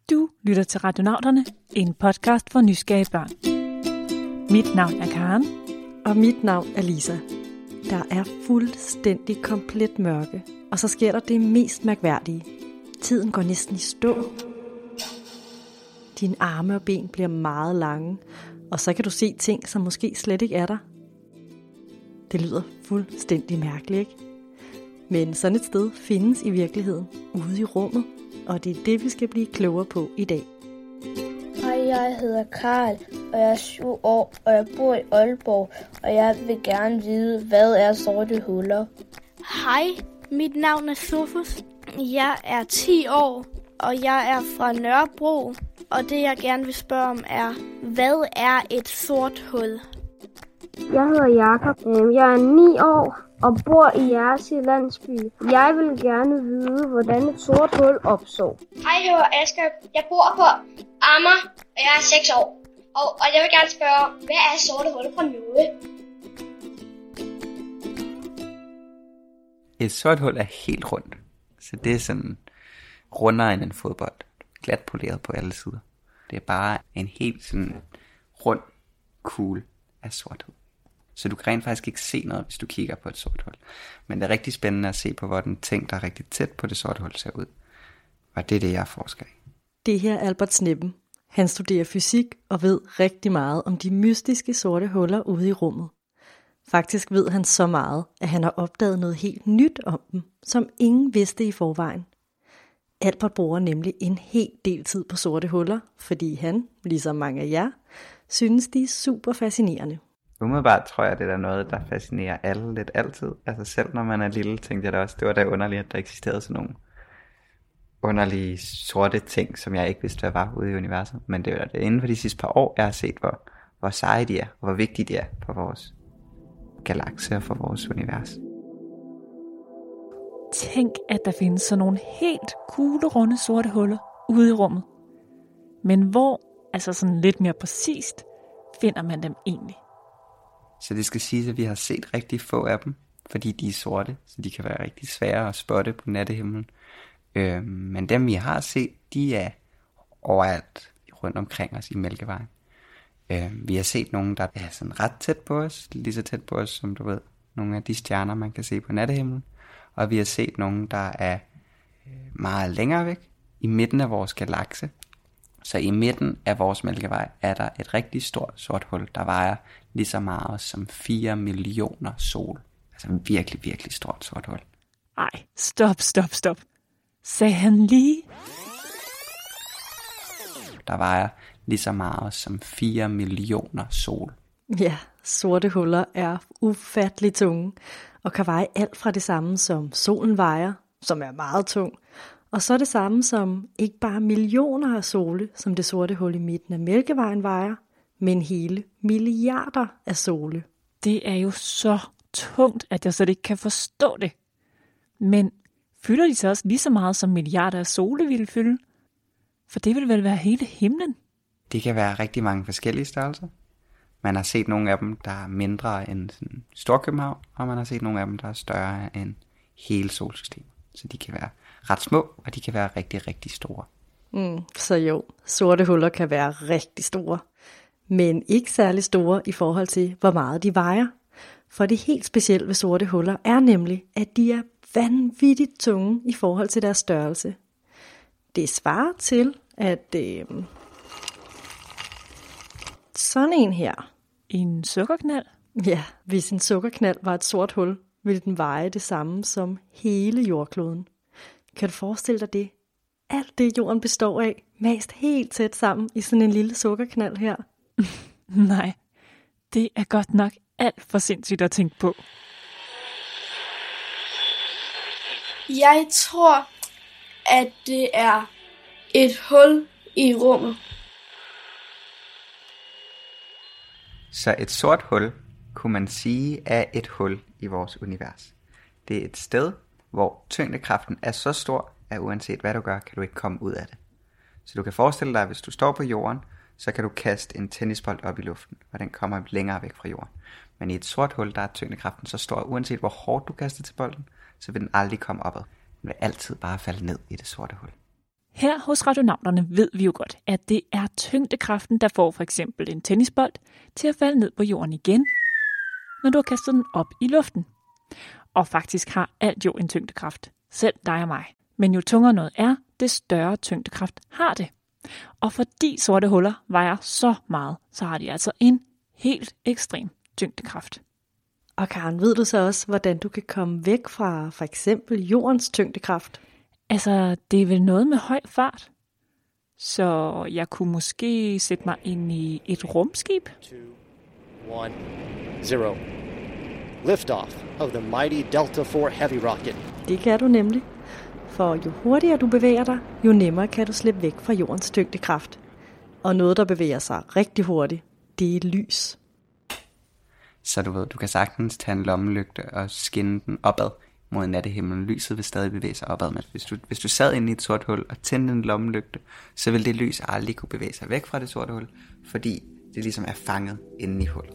Du lytter til Radionauterne, en podcast for nysgerrige børn. Mit navn er Karen. Og mit navn er Lisa. Der er fuldstændig komplet mørke, og så sker der det mest mærkværdige. Tiden går næsten i stå. Dine arme og ben bliver meget lange, og så kan du se ting, som måske slet ikke er der. Det lyder fuldstændig mærkeligt, ikke? Men sådan et sted findes i virkeligheden, ude i rummet, og det er det, vi skal blive klogere på i dag. Hej, jeg hedder Karl, og jeg er 7 år, og jeg bor i Aalborg, og jeg vil gerne vide, hvad er sorte huller? Hej, mit navn er Sofus. Jeg er 10 år, og jeg er fra Nørrebro, og det jeg gerne vil spørge om er, hvad er et sort hul? Jeg hedder Jakob. Jeg er 9 år og bor i Jersey landsby. Jeg vil gerne vide, hvordan et sort hul opstår. Hej, jeg hedder Asger. Jeg bor på Amager, og jeg er 6 år. Og jeg vil gerne spørge, hvad er sorte huller for noget? Et sort hul er helt rundt. Så det er sådan rundere end en fodbold. Glat poleret på alle sider. Det er bare en helt sådan rund kugle af sorthed. Så du kan rent faktisk ikke se noget, hvis du kigger på et sort hul. Men det er rigtig spændende at se på, hvordan ting, der er rigtig tæt på det sorte hul, ser ud. Og det er det, jeg forsker i. Det her er Albert Sneppen. Han studerer fysik og ved rigtig meget om de mystiske sorte huller ude i rummet. Faktisk ved han så meget, at han har opdaget noget helt nyt om dem, som ingen vidste i forvejen. Albert bruger nemlig en hel del tid på sorte huller, fordi han, ligesom mange af jer, synes de er super fascinerende. Umiddelbart tror jeg, det er noget, der fascinerer alle lidt altid. Altså selv når man er lille, tænkte jeg da også, det var da underligt, at der eksisterede sådan nogle underlige sorte ting, som jeg ikke vidste, hvad var ude i universet. Men det er det inden for de sidste par år, jeg har set, hvor seje de er, og hvor vigtige de er for vores galakse og for vores univers. Tænk, at der findes sådan nogle helt kuglerunde sorte huller ude i rummet. Men hvor, altså sådan lidt mere præcist, finder man dem egentlig? Så det skal siges, at vi har set rigtig få af dem, fordi de er sorte, så de kan være rigtig svære at spotte på nattehimlen. Men dem vi har set, de er overalt rundt omkring os i Mælkevejen. Vi har set nogle, der er sådan ret tæt på os, lige så tæt på os, som du ved, nogle af de stjerner, man kan se på nattehimlen. Og vi har set nogle, der er meget længere væk, i midten af vores galakse. Så i midten af vores Mælkevej er der et rigtig stort sort hul, der vejer lige så meget som 4 millioner sol. Altså en virkelig, virkelig stort sort hul. Ej, stop. Sagde han lige? Der vejer lige så meget som 4 millioner sol. Ja, sorte huller er ufattelig tunge, og kan veje alt fra det samme som solen vejer, som er meget tung, og så det samme som ikke bare millioner af sole, som det sorte hul i midten af Mælkevejen vejer, men hele milliarder af sole. Det er jo så tungt, at jeg slet ikke kan forstå det. Men fylder de så også lige så meget, som milliarder af sole ville fylde? For det vil vel være hele himlen? Det kan være rigtig mange forskellige størrelser. Man har set nogle af dem, der er mindre end sådan Storkøbenhavn, og man har set nogle af dem, der er større end hele solsystemet. Så de kan være ret små, og de kan være rigtig, rigtig store. Så jo, sorte huller kan være rigtig store, men ikke særlig store i forhold til, hvor meget de vejer. For det helt specielle ved sorte huller er nemlig, at de er vanvittigt tunge i forhold til deres størrelse. Det svarer til, at sådan en her. En sukkerknald? Ja, hvis en sukkerknald var et sort hul, ville den veje det samme som hele jordkloden. Kan du forestille dig det? Alt det jorden består af, mast helt tæt sammen i sådan en lille sukkerknald her. Nej, det er godt nok alt for sindssygt at tænke på. Jeg tror, at det er et hul i rummet. Så et sort hul, kunne man sige, er et hul i vores univers. Det er et sted, hvor tyngdekraften er så stor, at uanset hvad du gør, kan du ikke komme ud af det. Så du kan forestille dig, at hvis du står på jorden, så kan du kaste en tennisbold op i luften, og den kommer længere væk fra jorden. Men i et sort hul, der er tyngdekraften så stor, uanset hvor hårdt du kaster til bolden, så vil den aldrig komme opad. Den vil altid bare falde ned i det sorte hul. Her hos radionauterne ved vi jo godt, at det er tyngdekraften, der får for eksempel en tennisbold til at falde ned på jorden igen, når du har kastet den op i luften. Og faktisk har alt jo en tyngdekraft, selv dig og mig. Men jo tungere noget er, det større tyngdekraft har det. Og fordi sorte huller vejer så meget, så har de altså en helt ekstrem tyngdekraft. Og Karen, ved du så også, hvordan du kan komme væk fra for eksempel jordens tyngdekraft? Altså, det er vel noget med høj fart. Så jeg kunne måske sætte mig ind i et rumskib. 2, 1, 0. Liftoff of the mighty Delta IV Heavy Rocket. Det kan du nemlig. For jo hurtigere du bevæger dig, jo nemmere kan du slippe væk fra jordens tyngdekraft. Og noget, der bevæger sig rigtig hurtigt, det er lys. Så du ved, du kan sagtens tage en lommelygte og skinne den opad mod nattehimlen. Lyset vil stadig bevæge sig opad, men hvis du sad inde i et sort hul og tændte en lommelygte, så vil det lys aldrig kunne bevæge sig væk fra det sorte hul, fordi det ligesom er fanget inde i hullet.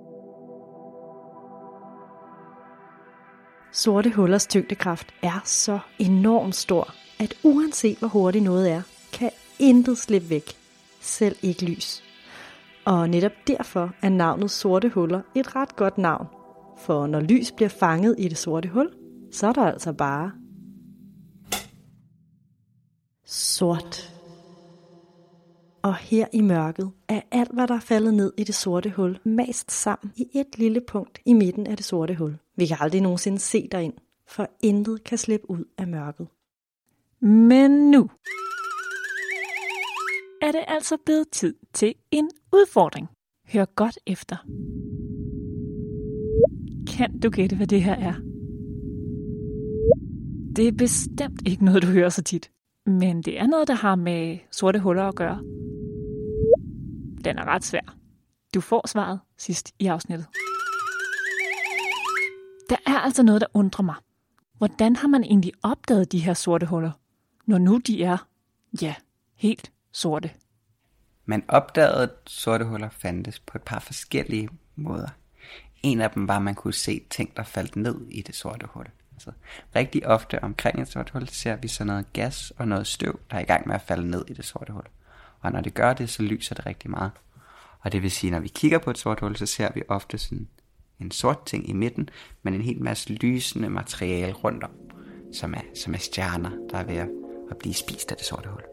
Sorte hullers tyngdekraft er så enormt stor, at uanset hvor hurtigt noget er, kan intet slippe væk. Selv ikke lys. Og netop derfor er navnet sorte huller et ret godt navn. For når lys bliver fanget i det sorte hul, så er der altså bare sort. Og her i mørket er alt, hvad der er faldet ned i det sorte hul, mast sammen i et lille punkt i midten af det sorte hul. Vi kan aldrig nogensinde se derind, for intet kan slippe ud af mørket. Men nu er det altså blevet tid til en udfordring. Hør godt efter. Kan du gætte, hvad det her er? Det er bestemt ikke noget, du hører så tit. Men det er noget, der har med sorte huller at gøre. Den er ret svær. Du får svaret sidst i afsnittet. Der er altså noget, der undrer mig. Hvordan har man egentlig opdaget de her sorte huller, når nu de er, helt sorte? Man opdagede, at sorte huller fandtes på et par forskellige måder. En af dem var, at man kunne se ting, der faldt ned i det sorte hul. Altså, rigtig ofte omkring et sort hul ser vi så noget gas og noget støv, der er i gang med at falde ned i det sorte hul. Og når det gør det, så lyser det rigtig meget. Og det vil sige, når vi kigger på et sort hul, så ser vi ofte sådan en sort ting i midten, men en hel masse lysende materiale rundt om, som er stjerner, der er ved at blive spist af det sorte hul.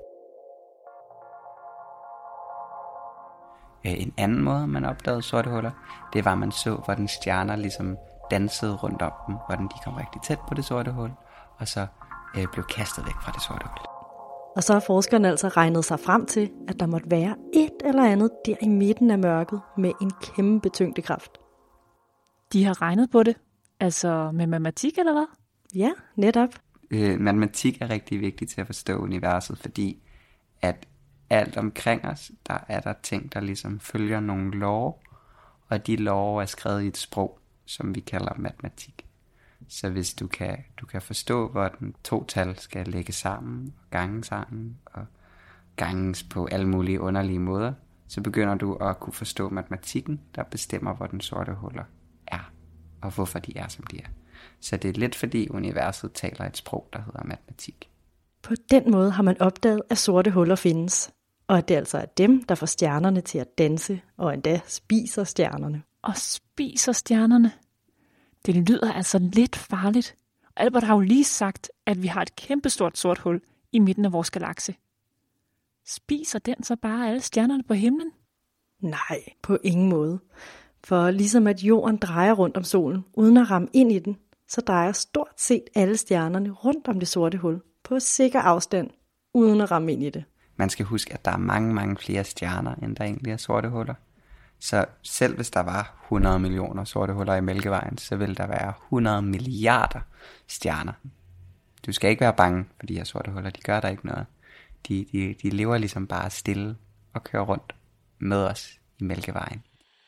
En anden måde, man opdagede sorte huller, det var, at man så, hvordan stjerner ligesom dansede rundt om dem, hvordan de kom rigtig tæt på det sorte hul, og så blev kastet væk fra det sorte hul. Og så har forskerne altså regnet sig frem til, at der måtte være et eller andet der i midten af mørket med en kæmpe tyngdekraft. De har regnet på det, altså med matematik eller hvad? Ja, netop. Matematik er rigtig vigtigt til at forstå universet, fordi at alt omkring os, der er der ting, der ligesom følger nogle love, og de love er skrevet i et sprog, som vi kalder matematik. Så hvis du kan forstå, hvordan to tal skal lægge sammen, og gange sammen, og ganges på alle mulige underlige måder, så begynder du at kunne forstå matematikken, der bestemmer, hvor den sorte huller er, og hvorfor de er, som de er. Så det er lidt fordi universet taler et sprog, der hedder matematik. På den måde har man opdaget, at sorte huller findes, og at det altså er dem, der får stjernerne til at danse, og endda spiser stjernerne. Og spiser stjernerne? Det lyder altså lidt farligt. Albert har jo lige sagt, at vi har et kæmpestort sort hul i midten af vores galakse. Spiser den så bare alle stjernerne på himlen? Nej, på ingen måde. For ligesom at jorden drejer rundt om solen, uden at ramme ind i den, så drejer stort set alle stjernerne rundt om det sorte hul, på sikker afstand, uden at ramme ind i det. Man skal huske, at der er mange, mange flere stjerner, end der egentlig er sorte huller. Så selv hvis der var 100 millioner sorte huller i Mælkevejen, så vil der være 100 milliarder stjerner. Du skal ikke være bange for de her sorte huller, de gør der ikke noget. De lever ligesom bare stille og kører rundt med os i Mælkevejen.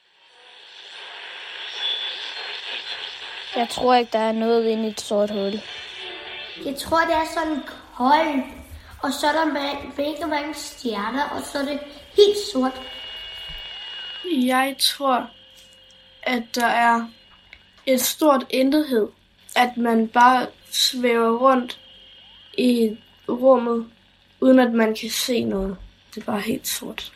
Jeg tror ikke, der er noget inde i et sort hul. Jeg tror, det er sådan koldt, og så er der mega mange stjerner, og så er det helt sort. Jeg tror, at der er et stort intethed. At man bare svæver rundt i rummet uden at man kan se noget. Det er bare helt sort.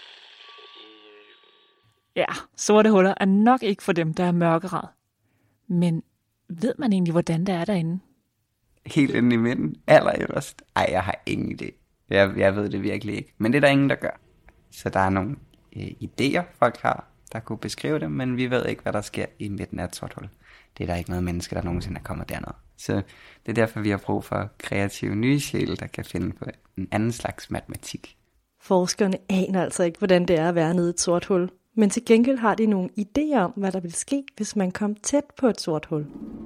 Ja, sorte huller er nok ikke for dem, der er mørkeret. Men ved man egentlig, hvordan det er derinde? Helt inde i midten, allerøverst. Ej, jeg har ingen idé. Jeg ved det virkelig ikke. Men det er der ingen, der gør. Så der er nogle idéer, folk har, der kunne beskrive det, men vi ved ikke, hvad der sker i midten af et sort hul. Det er der ikke noget menneske, der nogensinde er kommet derned. Så det er derfor, vi har brug for kreative nye sjæle, der kan finde på en anden slags matematik. Forskerne aner altså ikke, hvordan det er at være nede i et sort hul. Men til gengæld har de nogle idéer om, hvad der vil ske, hvis man kom tæt på et sort hul.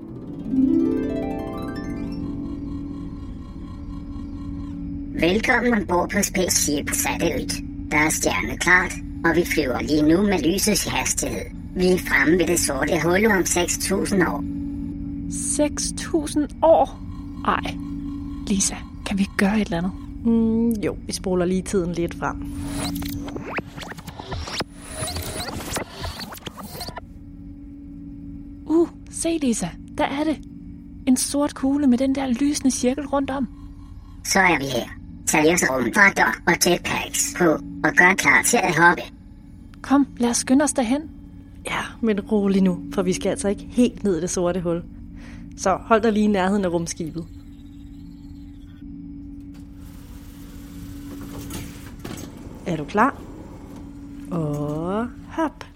Velkommen ombord på Spaceship Satellite. Der er stjerneklart, og vi flyver lige nu med lysets hastighed. Vi er fremme ved det sorte hul om 6.000 år. 6.000 år? Ej, Lisa, kan vi gøre et eller andet? Jo, vi spoler lige tiden lidt frem. Se Lisa, der er det. En sort kugle med den der lysende cirkel rundt om. Så er vi her. Tag jeres rumdragter og jetpacks på, og gør klar til at hoppe. Kom, lad os skynde os derhen. Ja, men rolig nu, for vi skal altså ikke helt ned i det sorte hul. Så hold dig lige i nærheden af rumskibet. Er du klar? Og hop.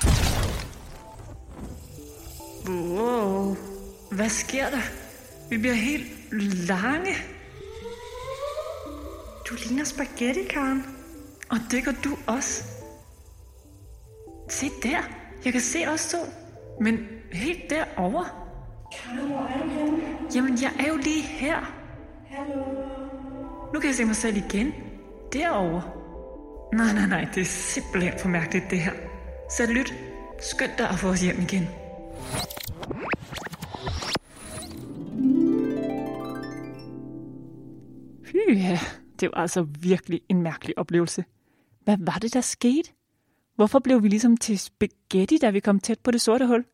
Wow. Hvad sker der? Vi bliver helt lange. Du ligner spaghetti, Karen. Og det gør du også. Se der. Jeg kan se os to. Men helt derovre. Karen, hvor er du henne? Jamen, jeg er jo lige her. Hallo. Nu kan jeg se mig selv igen. Derovre. Nej. Det er simpelthen for mærkeligt, det her. Satellit. Skynd dig at få os hjem igen. Ja, det var altså virkelig en mærkelig oplevelse. Hvad var det, der skete? Hvorfor blev vi ligesom til spaghetti, da vi kom tæt på det sorte hul?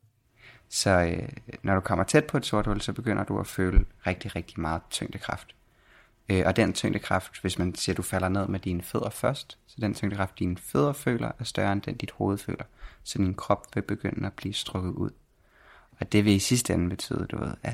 Så når du kommer tæt på et sort hul, så begynder du at føle rigtig, rigtig meget tyngdekraft. Og den tyngdekraft, hvis man siger, at du falder ned med dine fødder først, så den tyngdekraft, dine fødder føler, er større end den, dit hoved føler. Så din krop vil begynde at blive strukket ud. Og det vil i sidste ende betyde,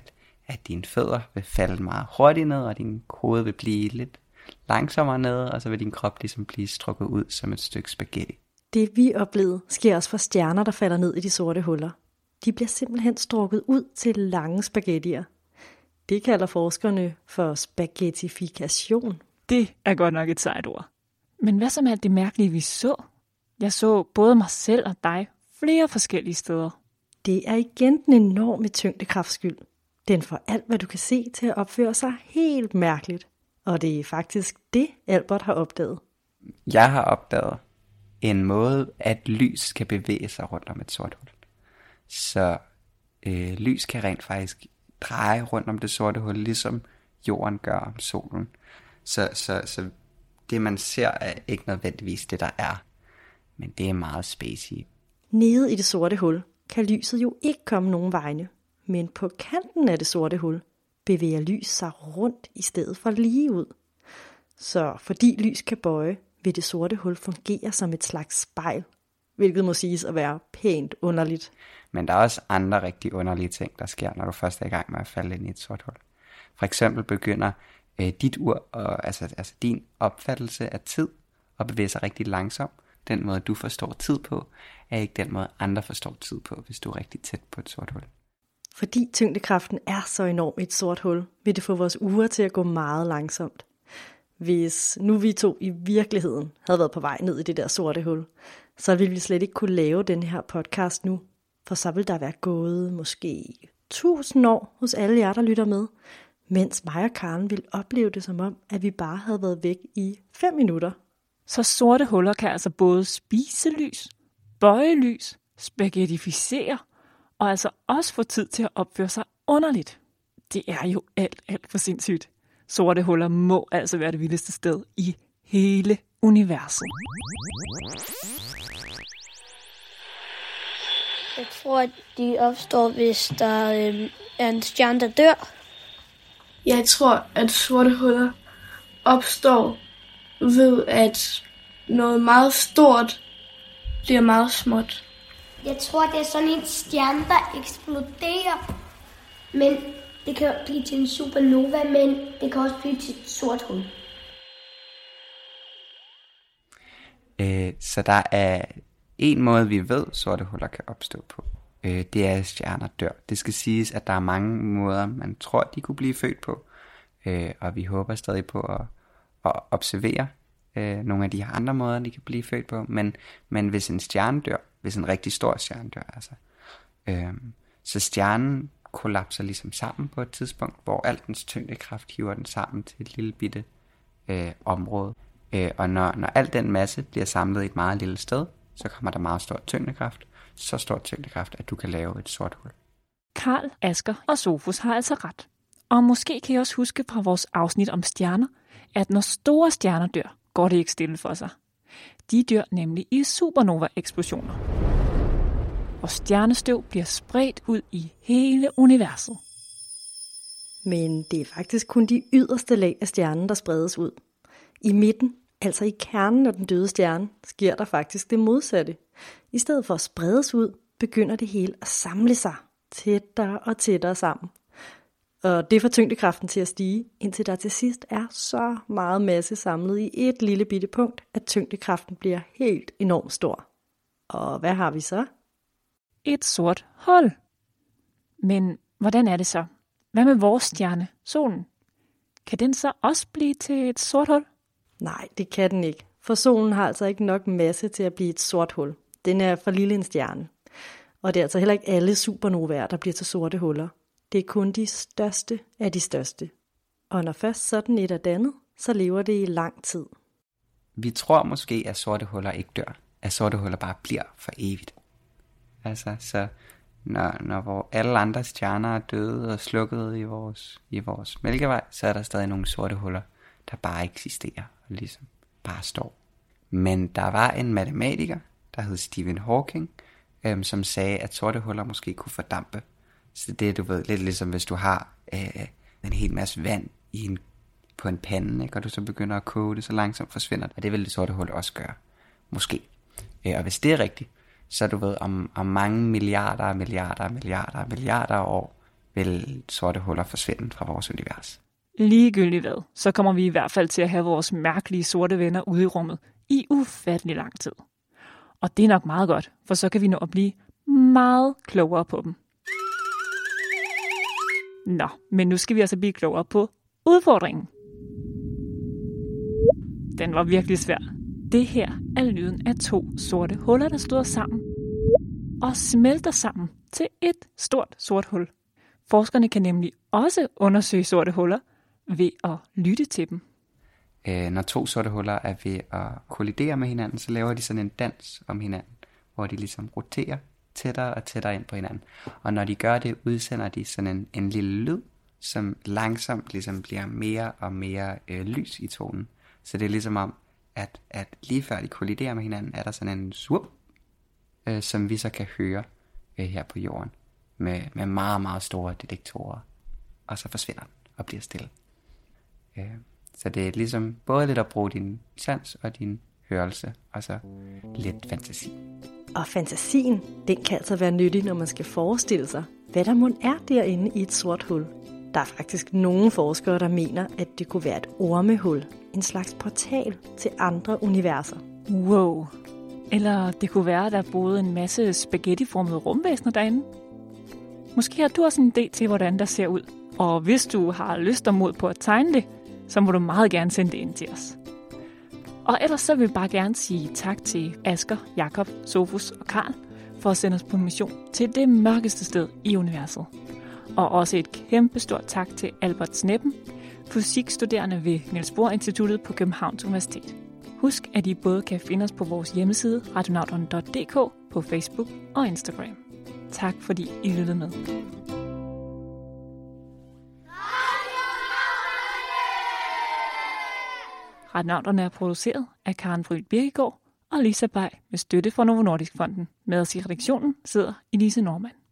at dine fødder vil falde meget hurtigt ned, og din hoved vil blive lidt langsommere nede, og så vil din krop ligesom blive strukket ud som et stykke spaghetti. Det vi oplevede sker også for stjerner, der falder ned i de sorte huller. De bliver simpelthen strukket ud til lange spaghettier. Det kalder forskerne for spaghettifikation. Det er godt nok et sejt ord. Men hvad så med alt det mærkelige, vi så? Jeg så både mig selv og dig flere forskellige steder. Det er igen den enorme tyngdekrafts skyld. Den får alt, hvad du kan se, til at opføre sig helt mærkeligt. Og det er faktisk det, Albert har opdaget. Jeg har opdaget en måde, at lys kan bevæge sig rundt om et sort hul. Så lys kan rent faktisk dreje rundt om det sorte hul, ligesom jorden gør om solen. Så det, man ser, er ikke nødvendigvis det, der er. Men det er meget spacey. Nede i det sorte hul kan lyset jo ikke komme nogen vegne. Men på kanten af det sorte hul bevæger lys sig rundt i stedet for lige ud. Så fordi lys kan bøje, vil det sorte hul fungere som et slags spejl, hvilket må siges at være pænt underligt. Men der er også andre rigtig underlige ting, der sker, når du først er i gang med at falde ind i et sort hul. For eksempel begynder dit ur, altså din opfattelse af tid, at bevæge sig rigtig langsomt. Den måde, du forstår tid på, er ikke den måde, andre forstår tid på, hvis du er rigtig tæt på et sort hul. Fordi tyngdekraften er så enorm i et sort hul, vil det få vores ure til at gå meget langsomt. Hvis nu vi to i virkeligheden havde været på vej ned i det der sorte hul, så ville vi slet ikke kunne lave den her podcast nu. For så ville der være gået måske 1000 år hos alle jer, der lytter med, mens mig og Karen ville opleve det som om, at vi bare havde været væk i 5 minutter. Så sorte huller kan altså både spise lys, bøje lys, spaghettificere, og altså også få tid til at opføre sig underligt. Det er jo alt for sindssygt. Sorte huller må altså være det vildeste sted i hele universet. Jeg tror, at de opstår, hvis der er en stjerne, der dør. Jeg tror, at sorte huller opstår ved, at noget meget stort bliver meget småt. Jeg tror, det er sådan en stjerne, der eksploderer. Men det kan blive til en supernova, men det kan også blive til et sort hul. Så der er en måde, vi ved, sorte huller kan opstå på. Det er, at stjerner dør. Det skal siges, at der er mange måder, man tror, de kunne blive født på. Og vi håber stadig på at observere nogle af de her andre måder, de kan blive født på. Men hvis en stjerne dør, hvis en rigtig stor stjerne dør, altså, så stjernen kollapser ligesom sammen på et tidspunkt, hvor al dens tyngdekraft hiver den sammen til et lille bitte område. Og når al den masse bliver samlet i et meget lille sted, så kommer der meget stor tyngdekraft. Så stor tyngdekraft, at du kan lave et sort hul. Karl, Asger og Sofus har altså ret. Og måske kan I også huske fra vores afsnit om stjerner, at når store stjerner dør, går det ikke stille for sig. De dør nemlig i supernova-eksplosioner. Og stjernestøv bliver spredt ud i hele universet. Men det er faktisk kun de yderste lag af stjernen, der spredes ud. I midten, altså i kernen af den døde stjerne, sker der faktisk det modsatte. I stedet for at spredes ud, begynder det hele at samle sig tættere og tættere sammen. Og det får tyngdekraften til at stige, indtil der til sidst er så meget masse samlet i et lille bitte punkt, at tyngdekraften bliver helt enormt stor. Og hvad har vi så? Et sort hul. Men hvordan er det så? Hvad med vores stjerne, solen? Kan den så også blive til et sort hul? Nej, det kan den ikke. For solen har altså ikke nok masse til at blive et sort hul. Den er for lille en stjerne. Og det er altså heller ikke alle supernovaer, der bliver til sorte huller. Det er kun de største af de største. Og når først sådan et er dannet, så lever det i lang tid. Vi tror måske, at sorte huller ikke dør. At sorte huller bare bliver for evigt. Altså, så når alle andre stjerner er døde og slukkede i vores Mælkevej, så er der stadig nogle sorte huller, der bare eksisterer og ligesom bare står. Men der var en matematiker, der hed Stephen Hawking, som sagde, at sorte huller måske kunne fordampe. Så det er, du ved, lidt ligesom hvis du har en hel masse vand på en pande, ikke? Og du så begynder at koge det, så langsomt forsvinder det. Og det vil det sorte hul også gøre. Måske. Og hvis det er rigtigt, så du ved, om mange milliarder år, vil sorte huller forsvinde fra vores univers. Ligegyldigt hvad, så kommer vi i hvert fald til at have vores mærkelige sorte venner ude i rummet i ufattelig lang tid. Og det er nok meget godt, for så kan vi nå at blive meget klogere på dem. Nå, men nu skal vi altså blive klogere på udfordringen. Den var virkelig svær. Det her er lyden af 2 sorte huller, der støder sammen og smelter sammen til et stort sort hul. Forskerne kan nemlig også undersøge sorte huller ved at lytte til dem. Når 2 sorte huller er ved at kollidere med hinanden, så laver de sådan en dans om hinanden, hvor de ligesom roterer tættere og tættere ind på hinanden. Og når de gør det, udsender de sådan en lille lyd, som langsomt ligesom bliver mere og mere lys i tonen. Så det er ligesom om, at lige før de kolliderer med hinanden, er der sådan en swoop, som vi så kan høre her på jorden, med meget, meget store detektorer. Og så forsvinder den og bliver stille. Så det er ligesom både lidt at bruge din sans og din hørelse, og så lidt fantasi. Og fantasien, den kan altså være nyttig, når man skal forestille sig, hvad der mon er derinde i et sort hul. Der er faktisk nogle forskere, der mener, at det kunne være et ormehul, en slags portal til andre universer. Wow. Eller det kunne være, at der boede en masse spaghettiformede rumvæsener derinde. Måske har du også en idé til, hvordan der ser ud. Og hvis du har lyst og mod på at tegne det, så må du meget gerne sende det ind til os. Og ellers så vil vi bare gerne sige tak til Asger, Jakob, Sofus og Karl for at sende os på mission til det mørkeste sted i universet. Og også et kæmpestort tak til Albert Sneppen, fysikstuderende ved Niels Bohr Instituttet på Københavns Universitet. Husk, at I både kan finde os på vores hjemmeside radionauterne.dk, på Facebook og Instagram. Tak fordi I lyttede med. Radionauterne er produceret af Karen Fryl Birkegaard og Lisa Bay med støtte fra Novo Nordisk Fonden. Med os i redaktionen sidder Elise Normann.